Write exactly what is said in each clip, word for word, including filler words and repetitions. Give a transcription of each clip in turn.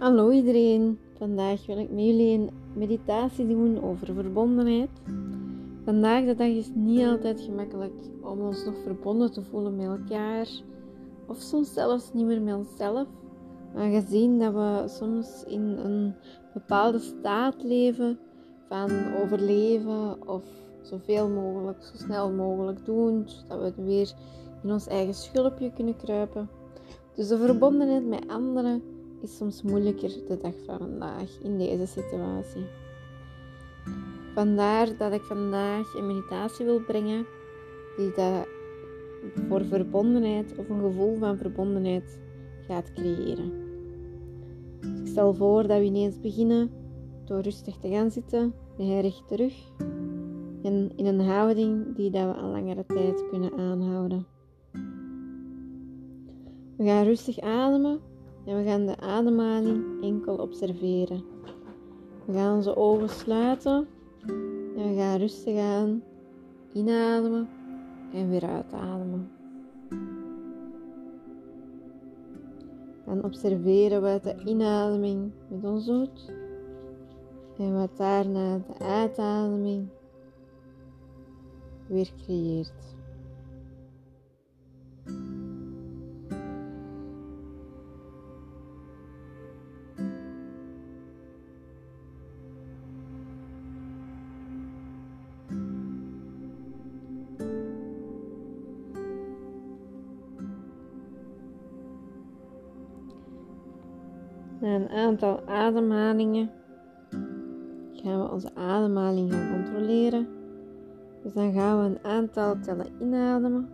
Hallo iedereen, vandaag wil ik met jullie een meditatie doen over verbondenheid. Vandaag de dag is niet altijd gemakkelijk om ons nog verbonden te voelen met elkaar of soms zelfs niet meer met onszelf. Aangezien dat we soms in een bepaalde staat leven van overleven of zoveel mogelijk, zo snel mogelijk doen, zodat we weer in ons eigen schulpje kunnen kruipen. Dus de verbondenheid met anderen is soms moeilijker de dag van vandaag in deze situatie. Vandaar dat ik vandaag een meditatie wil brengen die dat voor verbondenheid of een gevoel van verbondenheid gaat creëren. Dus ik stel voor dat we ineens beginnen door rustig te gaan zitten, met je rechte rug en in een houding die dat we een langere tijd kunnen aanhouden. We gaan rustig ademen. En we gaan de ademhaling enkel observeren. We gaan onze ogen sluiten. En we gaan rustig aan inademen en weer uitademen. Dan observeren we de inademing met ons hoed. En wat daarna de uitademing weer creëert. Na een aantal ademhalingen gaan we onze ademhaling gaan controleren. Dus dan gaan we een aantal tellen inademen.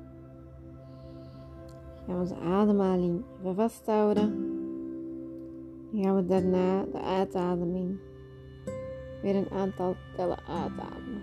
Gaan we onze ademhaling even vasthouden. Dan gaan we daarna de uitademing weer een aantal tellen uitademen.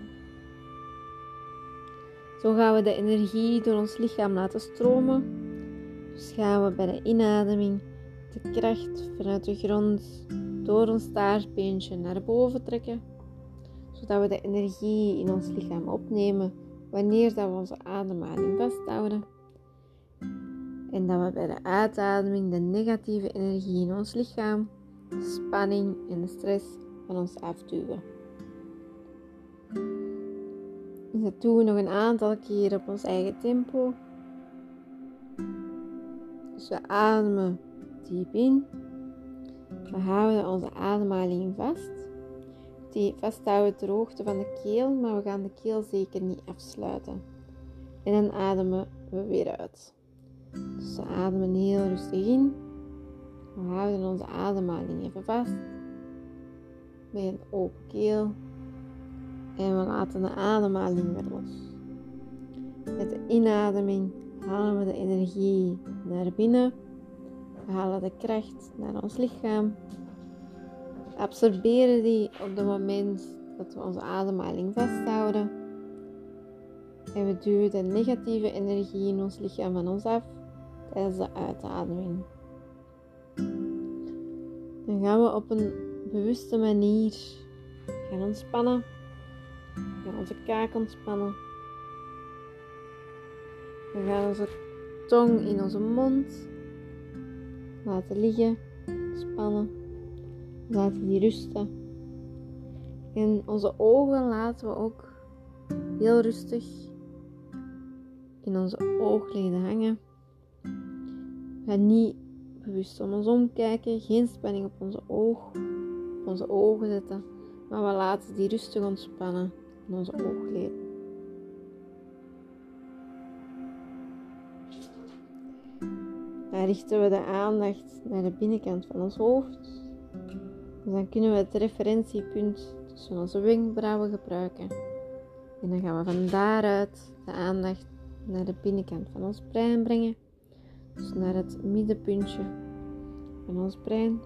Zo gaan we de energie door ons lichaam laten stromen. Dus gaan we bij de inademing de kracht vanuit de grond door ons staartbeentje naar boven trekken, zodat we de energie in ons lichaam opnemen wanneer dat we onze ademhaling vasthouden. En dat we bij de uitademing de negatieve energie in ons lichaam, de spanning en de stress van ons afduwen. Dus dat doen we nog een aantal keer op ons eigen tempo. Dus we ademen diep in. We houden onze ademhaling vast. Die vasthouden ter hoogte van de keel, maar we gaan de keel zeker niet afsluiten. En dan ademen we weer uit. Dus we ademen heel rustig in. We houden onze ademhaling even vast. Met een open keel. En we laten de ademhaling weer los. Met de inademing halen we de energie naar binnen. We halen de kracht naar ons lichaam. We absorberen die op het moment dat we onze ademhaling vasthouden. En we duwen de negatieve energie in ons lichaam van ons af tijdens de uitademing. Dan gaan we op een bewuste manier gaan ontspannen. We gaan onze kaak ontspannen. We gaan onze tong in onze mond laten liggen, spannen. Laten die rusten. En onze ogen laten we ook heel rustig in onze oogleden hangen. We gaan niet bewust om ons omkijken, geen spanning op onze oog, op onze ogen zetten, maar we laten die rustig ontspannen in onze oogleden. Dan richten we de aandacht naar de binnenkant van ons hoofd. Dus dan kunnen we het referentiepunt tussen onze wenkbrauwen gebruiken. En dan gaan we van daaruit de aandacht naar de binnenkant van ons brein brengen. Dus naar het middenpuntje van ons brein.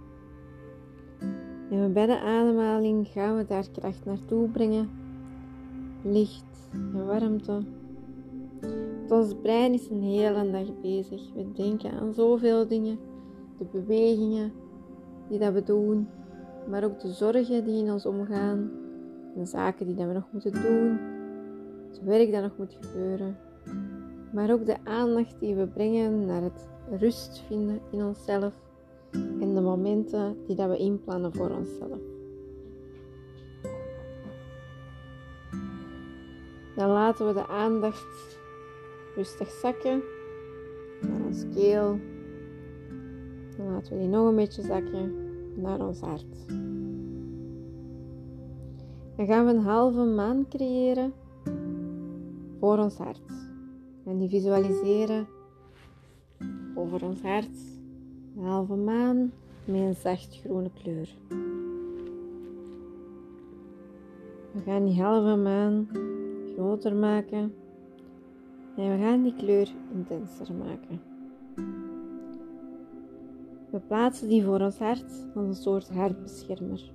En bij de ademhaling gaan we daar kracht naartoe brengen. Licht en warmte. Want ons brein is een hele dag bezig. We denken aan zoveel dingen. De bewegingen die dat we doen. Maar ook de zorgen die in ons omgaan. De zaken die dat we nog moeten doen. Het werk dat nog moet gebeuren. Maar ook de aandacht die we brengen naar het rust vinden in onszelf. En de de momenten die dat we inplannen voor onszelf. Dan laten we de aandacht rustig zakken naar ons keel. Dan laten we die nog een beetje zakken naar ons hart. Dan gaan we een halve maan creëren voor ons hart. En die visualiseren over ons hart. Een halve maan met een zacht groene kleur. We gaan die halve maan groter maken. En we gaan die kleur intenser maken. We plaatsen die voor ons hart als een soort hartbeschermer.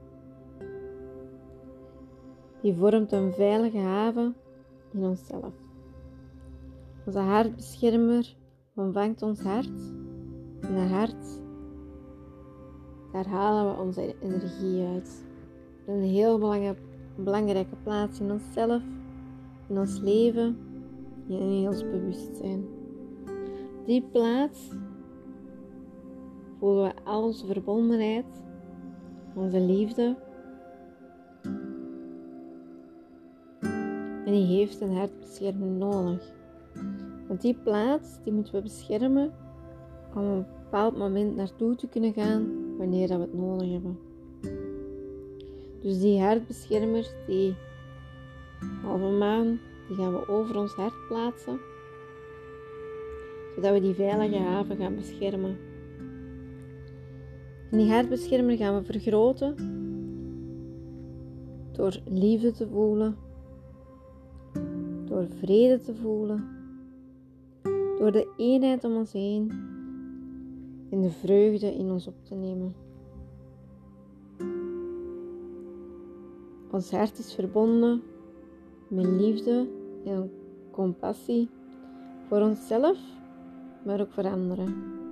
Die vormt een veilige haven in onszelf. Onze hartbeschermer omvangt ons hart. En het hart, daar halen we onze energie uit. Dat is een heel belangrijke plaats in onszelf, in ons leven en in ons bewustzijn. Op die plaats voelen we al onze verbondenheid, onze liefde. En die heeft een hartbescherming nodig. Want die plaats, die moeten we beschermen om op een bepaald moment naartoe te kunnen gaan wanneer dat we het nodig hebben. Dus die hartbeschermers, die halve maan, die gaan we over ons hart plaatsen. Zodat we die veilige haven gaan beschermen. En die hartbeschermer gaan we vergroten door liefde te voelen. Door vrede te voelen. Door de eenheid om ons heen. En de vreugde in ons op te nemen. Ons hart is verbonden met liefde en compassie voor onszelf, maar ook voor anderen.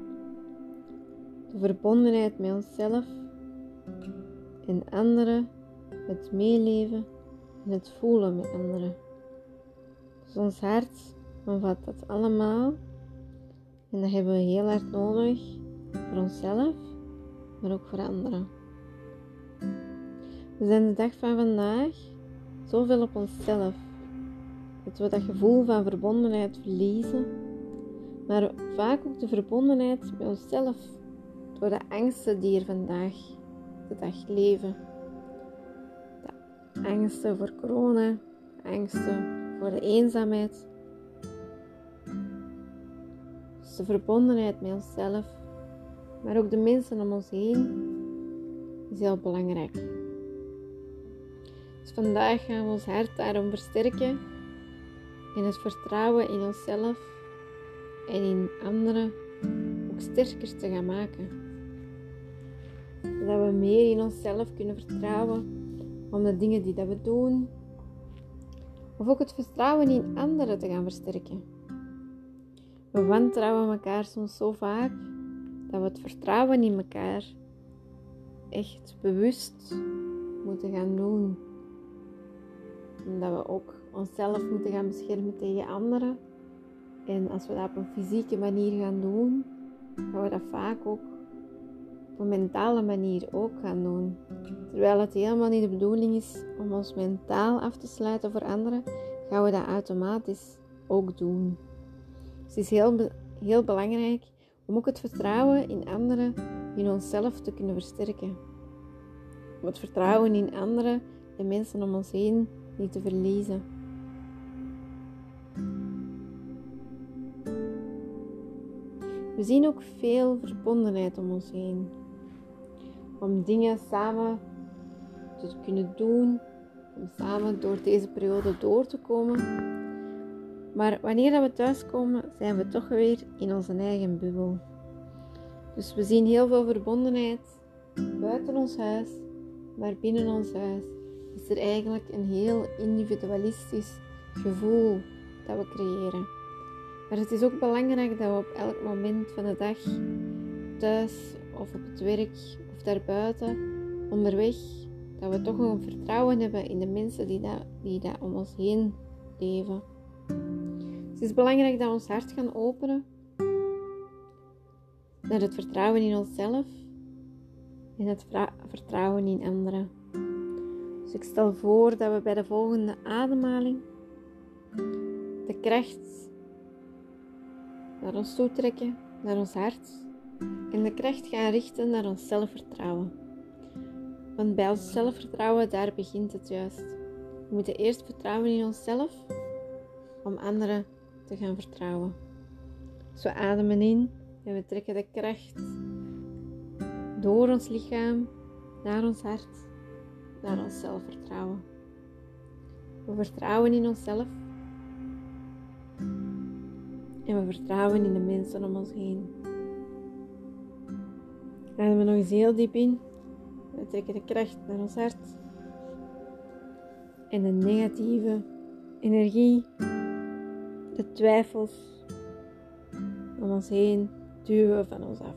De verbondenheid met onszelf en anderen, het meeleven en het voelen met anderen. Dus ons hart omvat dat allemaal en dat hebben we heel hard nodig voor onszelf, maar ook voor anderen. We zijn de dag van vandaag zoveel op onszelf, dat we dat gevoel van verbondenheid verliezen, maar vaak ook de verbondenheid met onszelf door de angsten die er vandaag de dag leven. De angsten voor corona, de angsten voor de eenzaamheid. Dus de verbondenheid met onszelf, maar ook de mensen om ons heen, is heel belangrijk. Dus vandaag gaan we ons hart daarom versterken en het vertrouwen in onszelf en in anderen ook sterker te gaan maken. Zodat we meer in onszelf kunnen vertrouwen om de dingen die dat we doen, of ook het vertrouwen in anderen te gaan versterken. We wantrouwen elkaar soms zo vaak dat we het vertrouwen in elkaar echt bewust moeten gaan doen. Omdat we ook onszelf moeten gaan beschermen tegen anderen. En als we dat op een fysieke manier gaan doen, gaan we dat vaak ook op een mentale manier ook gaan doen. Terwijl het helemaal niet de bedoeling is om ons mentaal af te sluiten voor anderen, gaan we dat automatisch ook doen. Dus het is heel, heel belangrijk om ook het vertrouwen in anderen, in onszelf te kunnen versterken. Om het vertrouwen in anderen en mensen om ons heen niet te verliezen. We zien ook veel verbondenheid om ons heen. Om dingen samen te kunnen doen. Om samen door deze periode door te komen. Maar wanneer we thuiskomen, zijn we toch weer in onze eigen bubbel. Dus we zien heel veel verbondenheid buiten ons huis. Maar binnen ons huis is er eigenlijk een heel individualistisch gevoel dat we creëren. Maar het is ook belangrijk dat we op elk moment van de dag, thuis of op het werk of daarbuiten, onderweg, dat we toch een vertrouwen hebben in de mensen die, dat, die dat om ons heen leven. Dus het is belangrijk dat we ons hart gaan openen naar het vertrouwen in onszelf en het vertrouwen in anderen. Dus ik stel voor dat we bij de volgende ademhaling de kracht naar ons toe trekken, naar ons hart. En de kracht gaan richten naar ons zelfvertrouwen. Want bij ons zelfvertrouwen, daar begint het juist. We moeten eerst vertrouwen in onszelf, om anderen te gaan vertrouwen. Dus we ademen in en we trekken de kracht door ons lichaam, naar ons hart, naar ons zelfvertrouwen. We vertrouwen in onszelf. En we vertrouwen in de mensen om ons heen. Ademen nog eens heel diep in. We trekken de kracht naar ons hart. En de negatieve energie, de twijfels om ons heen duwen we van ons af.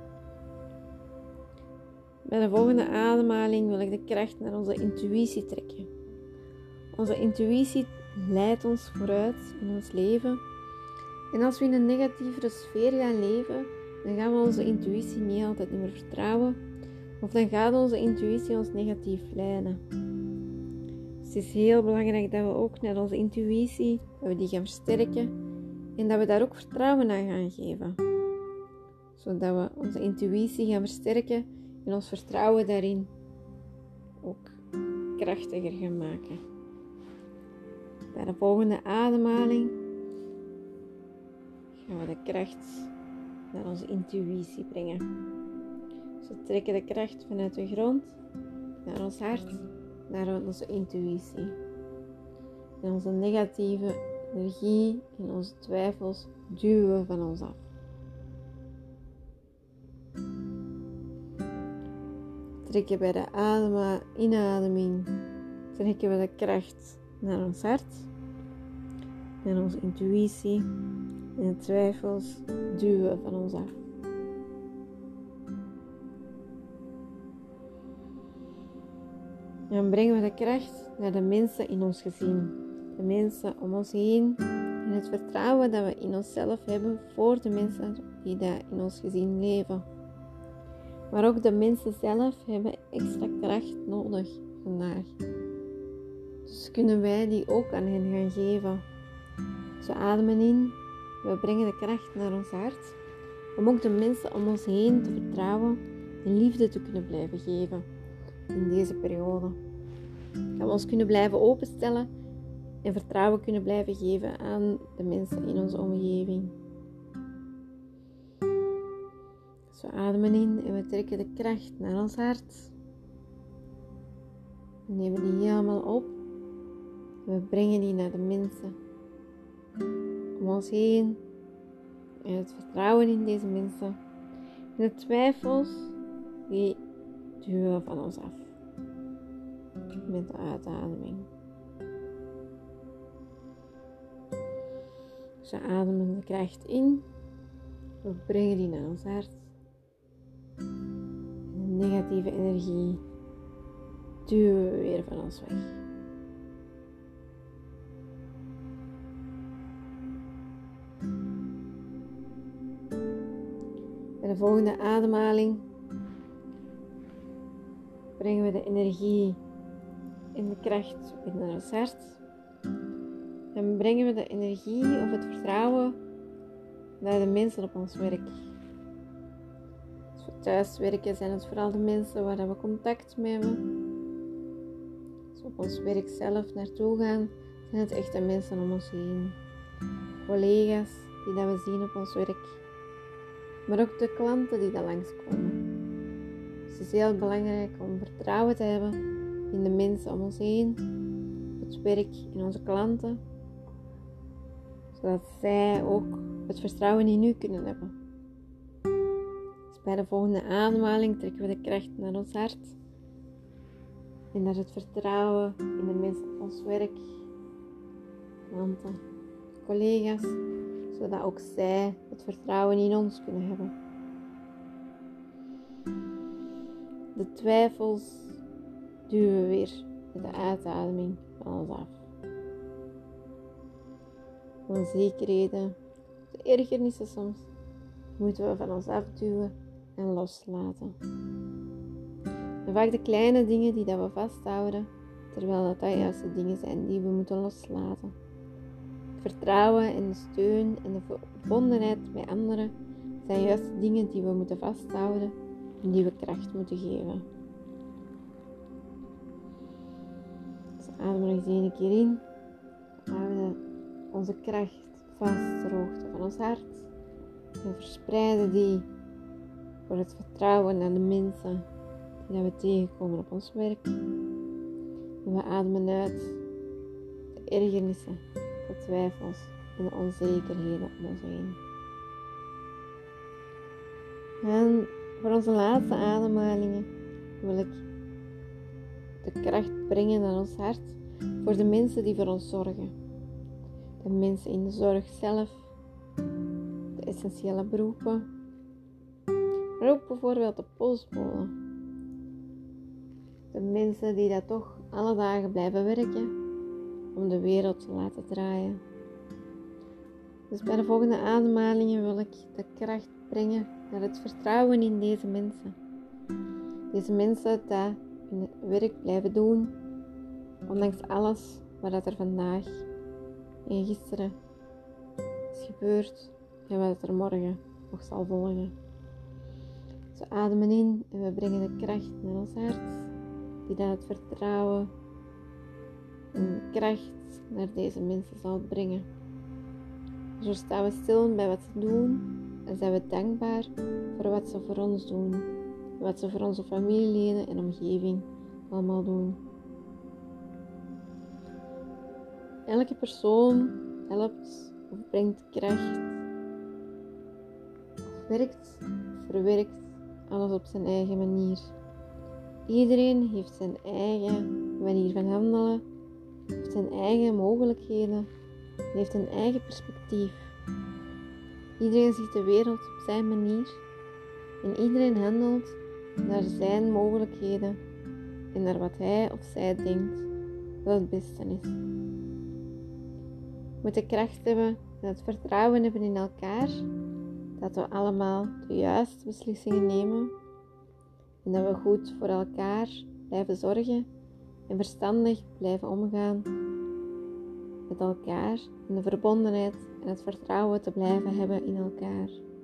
Bij de volgende ademhaling wil ik de kracht naar onze intuïtie trekken. Onze intuïtie leidt ons vooruit in ons leven. En als we in een negatievere sfeer gaan leven, dan gaan we onze intuïtie niet altijd niet meer vertrouwen. Of dan gaat onze intuïtie ons negatief leiden. Dus het is heel belangrijk dat we ook naar onze intuïtie, dat we die gaan versterken. En dat we daar ook vertrouwen aan gaan geven. Zodat we onze intuïtie gaan versterken en ons vertrouwen daarin ook krachtiger gaan maken. Bij de volgende ademhaling gaan we de kracht naar onze intuïtie brengen. Dus we trekken de kracht vanuit de grond naar ons hart, naar onze intuïtie. En onze negatieve energie en onze twijfels duwen we van ons af. Trekken bij de adema, inademing, trekken we de kracht naar ons hart, naar onze intuïtie. En de twijfels duwen we van ons af. En dan brengen we de kracht naar de mensen in ons gezin. De mensen om ons heen. En het vertrouwen dat we in onszelf hebben voor de mensen die daar in ons gezin leven. Maar ook de mensen zelf hebben extra kracht nodig vandaag. Dus kunnen wij die ook aan hen gaan geven. Dus we ademen in. We brengen de kracht naar ons hart. Om ook de mensen om ons heen te vertrouwen en liefde te kunnen blijven geven in deze periode. Dat we ons kunnen blijven openstellen en vertrouwen kunnen blijven geven aan de mensen in onze omgeving. Dus we ademen in en we trekken de kracht naar ons hart. We nemen die helemaal op. En we brengen die naar de mensen om ons heen. En het vertrouwen in deze mensen. En de twijfels, die duwen we van ons af. Met de uitademing. Dus we ademen de kracht in. We brengen die naar ons hart. En de negatieve energie duwen we weer van ons weg. Bij de volgende ademhaling brengen we de energie en de kracht weer naar ons hart. En brengen we de energie of het vertrouwen naar de mensen op ons werk. Als we thuis werken, zijn het vooral de mensen waar we contact mee hebben. Als we op ons werk zelf naartoe gaan, zijn het echt de mensen om ons heen. Collega's die dat we zien op ons werk. Maar ook de klanten die daar langskomen. Dus het is heel belangrijk om vertrouwen te hebben in de mensen om ons heen, op het werk, in onze klanten. Zodat zij ook het vertrouwen in u kunnen hebben. Dus bij de volgende ademhaling trekken we de kracht naar ons hart. En naar het vertrouwen in de mensen op ons werk, klanten, collega's. Zodat ook zij het vertrouwen in ons kunnen hebben. De twijfels duwen we weer met de uitademing van ons af. Onzekerheden, de ergernissen soms, moeten we van ons afduwen en loslaten. En vaak de kleine dingen die dat we vasthouden, terwijl dat, dat juist de dingen zijn die we moeten loslaten. Het vertrouwen en de steun en de verbondenheid met anderen zijn juist de dingen die we moeten vasthouden en die we kracht moeten geven. Dus adem nog eens een keer in. We houden onze kracht vast ter hoogte van ons hart. En verspreiden die voor het vertrouwen aan de mensen die we tegenkomen op ons werk. En we ademen uit de ergernissen, de twijfels en de onzekerheden om ons heen. En voor onze laatste ademhalingen wil ik de kracht brengen naar ons hart voor de mensen die voor ons zorgen. De mensen in de zorg zelf, de essentiële beroepen, maar ook bijvoorbeeld de postbode. De mensen die dat toch alle dagen blijven werken om de wereld te laten draaien. Dus bij de volgende ademhalingen wil ik de kracht brengen naar het vertrouwen in deze mensen. Deze mensen die hun werk blijven doen, ondanks alles wat er vandaag en gisteren is gebeurd en wat er morgen nog zal volgen. Dus we ademen in en we brengen de kracht naar ons hart, die dat het vertrouwen en kracht naar deze mensen zal brengen. Zo staan we stil bij wat ze doen en zijn we dankbaar voor wat ze voor ons doen. Wat ze voor onze familieleden en omgeving allemaal doen. Elke persoon helpt of brengt kracht. Of werkt of verwerkt alles op zijn eigen manier. Iedereen heeft zijn eigen manier van handelen, heeft zijn eigen mogelijkheden en heeft een eigen perspectief. Iedereen ziet de wereld op zijn manier en iedereen handelt naar zijn mogelijkheden en naar wat hij of zij denkt dat het beste is. We moeten kracht hebben en het vertrouwen hebben in elkaar, dat we allemaal de juiste beslissingen nemen en dat we goed voor elkaar blijven zorgen en verstandig blijven omgaan met elkaar en de verbondenheid en het vertrouwen te blijven hebben in elkaar.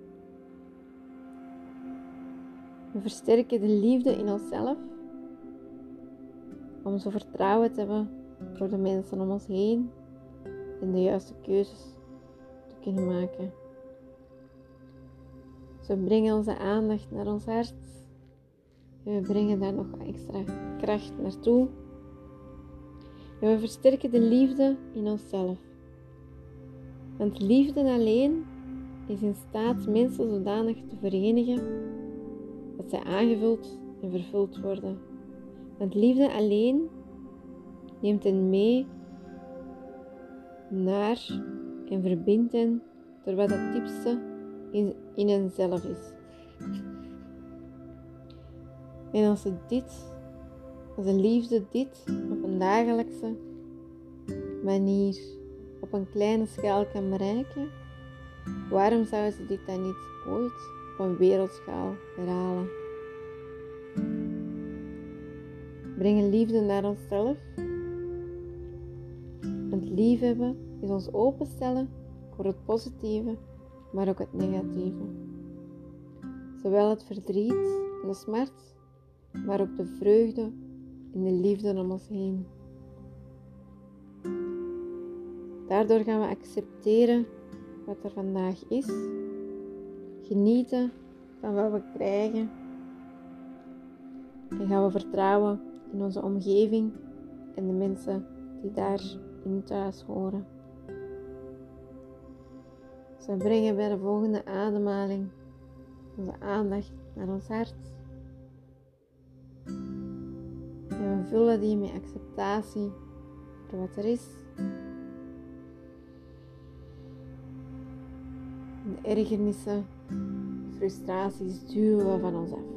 We versterken de liefde in onszelf om zo vertrouwen te hebben voor de mensen om ons heen en de juiste keuzes te kunnen maken. Dus we brengen onze aandacht naar ons hart en we brengen daar nog extra kracht naartoe. En we versterken de liefde in onszelf. Want liefde alleen is in staat mensen zodanig te verenigen dat zij aangevuld en vervuld worden. Want liefde alleen neemt hen mee naar en verbindt hen door wat het diepste in, in henzelf is. En als, het dit, als een liefde dit op een dagelijkse manier op een kleine schaal kan bereiken, waarom zou ze dit dan niet ooit op een wereldschaal herhalen? Brengen liefde naar onszelf. Want liefhebben is ons openstellen voor het positieve, maar ook het negatieve. Zowel het verdriet en de smart, maar ook de vreugde en de liefde om ons heen. Daardoor gaan we accepteren wat er vandaag is, genieten van wat we krijgen en gaan we vertrouwen in onze omgeving en de mensen die daarin thuis horen. Dus we brengen bij de volgende ademhaling onze aandacht naar ons hart. En we vullen die met acceptatie voor wat er is. De ergernissen, de frustraties duwen we van ons af.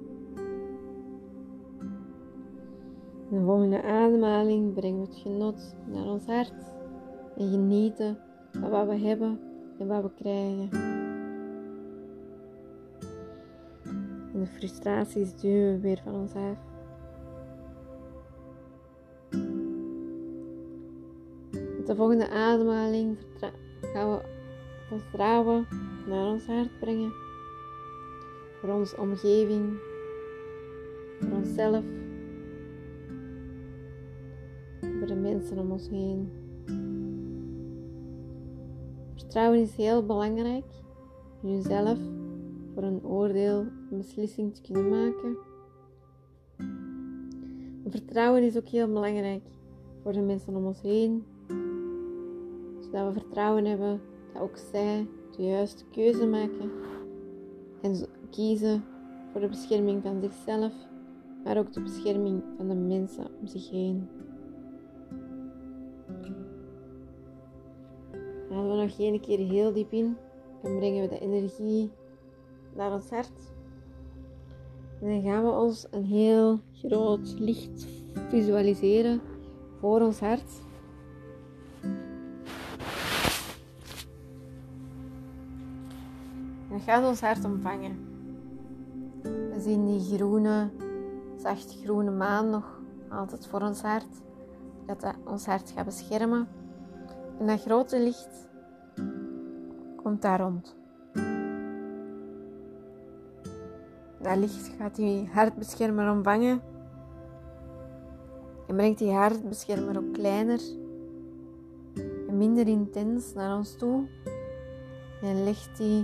In de volgende ademhaling brengen we het genot naar ons hart en genieten van wat we hebben en wat we krijgen. En de frustraties duwen we weer van ons af. de volgende ademhaling vertra- gaan we vertrouwen naar ons hart brengen. Voor onze omgeving, voor onszelf, voor de mensen om ons heen. Vertrouwen is heel belangrijk in jezelf voor een oordeel, een beslissing te kunnen maken. En vertrouwen is ook heel belangrijk voor de mensen om ons heen, zodat we vertrouwen hebben dat ook zij de juiste keuze maken en kiezen voor de bescherming van zichzelf, maar ook de bescherming van de mensen om zich heen. Ademen we nog één keer heel diep in en brengen we de energie naar ons hart. En dan gaan we ons een heel groot licht visualiseren voor ons hart. Dat gaat ons hart omvangen. We zien die groene, zacht groene maan nog altijd voor ons hart. Dat dat ons hart gaat beschermen. En dat grote licht komt daar rond. Dat licht gaat die hartbeschermer omvangen. En brengt die hartbeschermer ook kleiner en minder intens naar ons toe. En legt die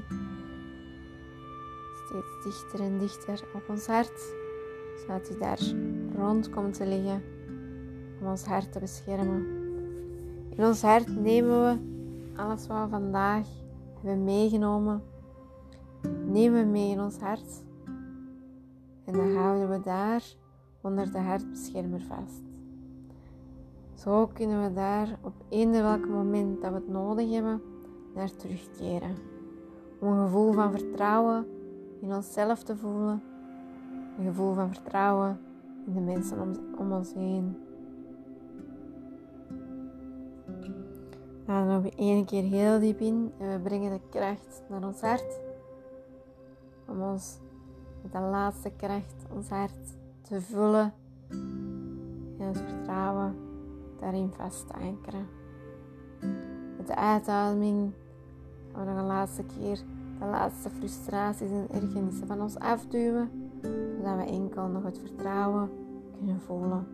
steeds dichter en dichter op ons hart, zodat hij daar rond komt te liggen om ons hart te beschermen. In ons hart nemen we alles wat we vandaag hebben meegenomen, nemen we mee in ons hart en dan houden we daar onder de hartbeschermer vast. Zo kunnen we daar op eender welk moment dat we het nodig hebben naar terugkeren. Om een gevoel van vertrouwen in onszelf te voelen. Een gevoel van vertrouwen in de mensen om, om ons heen. Adem nog één keer heel diep in en we brengen de kracht naar ons hart. Om ons met de laatste kracht ons hart te vullen en ons vertrouwen daarin vast te ankeren. Met de uitademing gaan we nog een laatste keer de laatste frustraties en ergernissen van ons afduwen, zodat we enkel nog het vertrouwen kunnen voelen.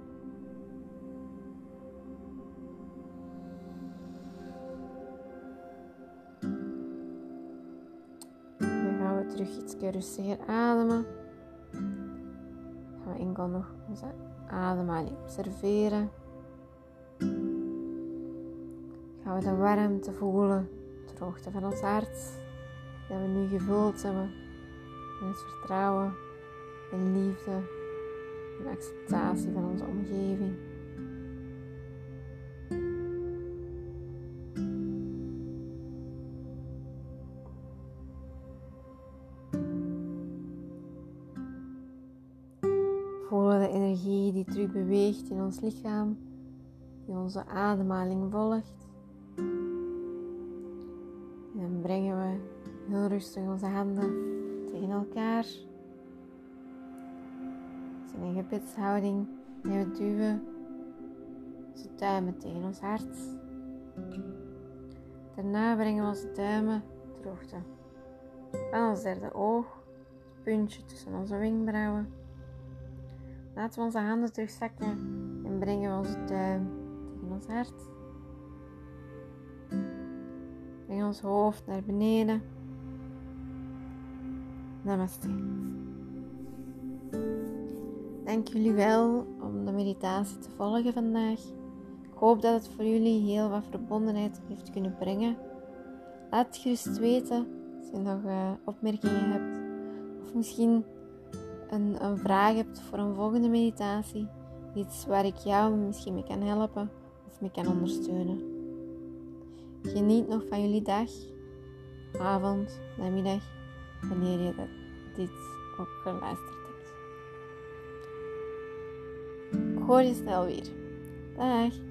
Dan gaan we terug iets rustiger ademen. Dan gaan we enkel nog onze ademhaling observeren. Gaan we de warmte voelen, de droogte van ons hart, dat we nu gevuld hebben met het vertrouwen en liefde en acceptatie van onze omgeving. Voelen de energie die terug beweegt in ons lichaam, die onze ademhaling volgt. En dan brengen we heel rustig onze handen tegen elkaar. Dus in een gebedshouding en we duwen onze duimen tegen ons hart. Daarna brengen we onze duimen ter hoogte van ons derde oog, het puntje tussen onze wenkbrauwen. Laten we onze handen terugzakken en brengen we onze duim tegen ons hart. Breng ons hoofd naar beneden. Namaste. Dank jullie wel om de meditatie te volgen vandaag. Ik hoop dat het voor jullie heel wat verbondenheid heeft kunnen brengen. Laat het gerust weten als je nog uh, opmerkingen hebt. Of misschien een, een vraag hebt voor een volgende meditatie. Iets waar ik jou misschien mee kan helpen of mee kan ondersteunen. Geniet nog van jullie dag, avond, namiddag, wanneer je dat, dit ook geluisterd hebt. Ik hoor je snel weer. Dag!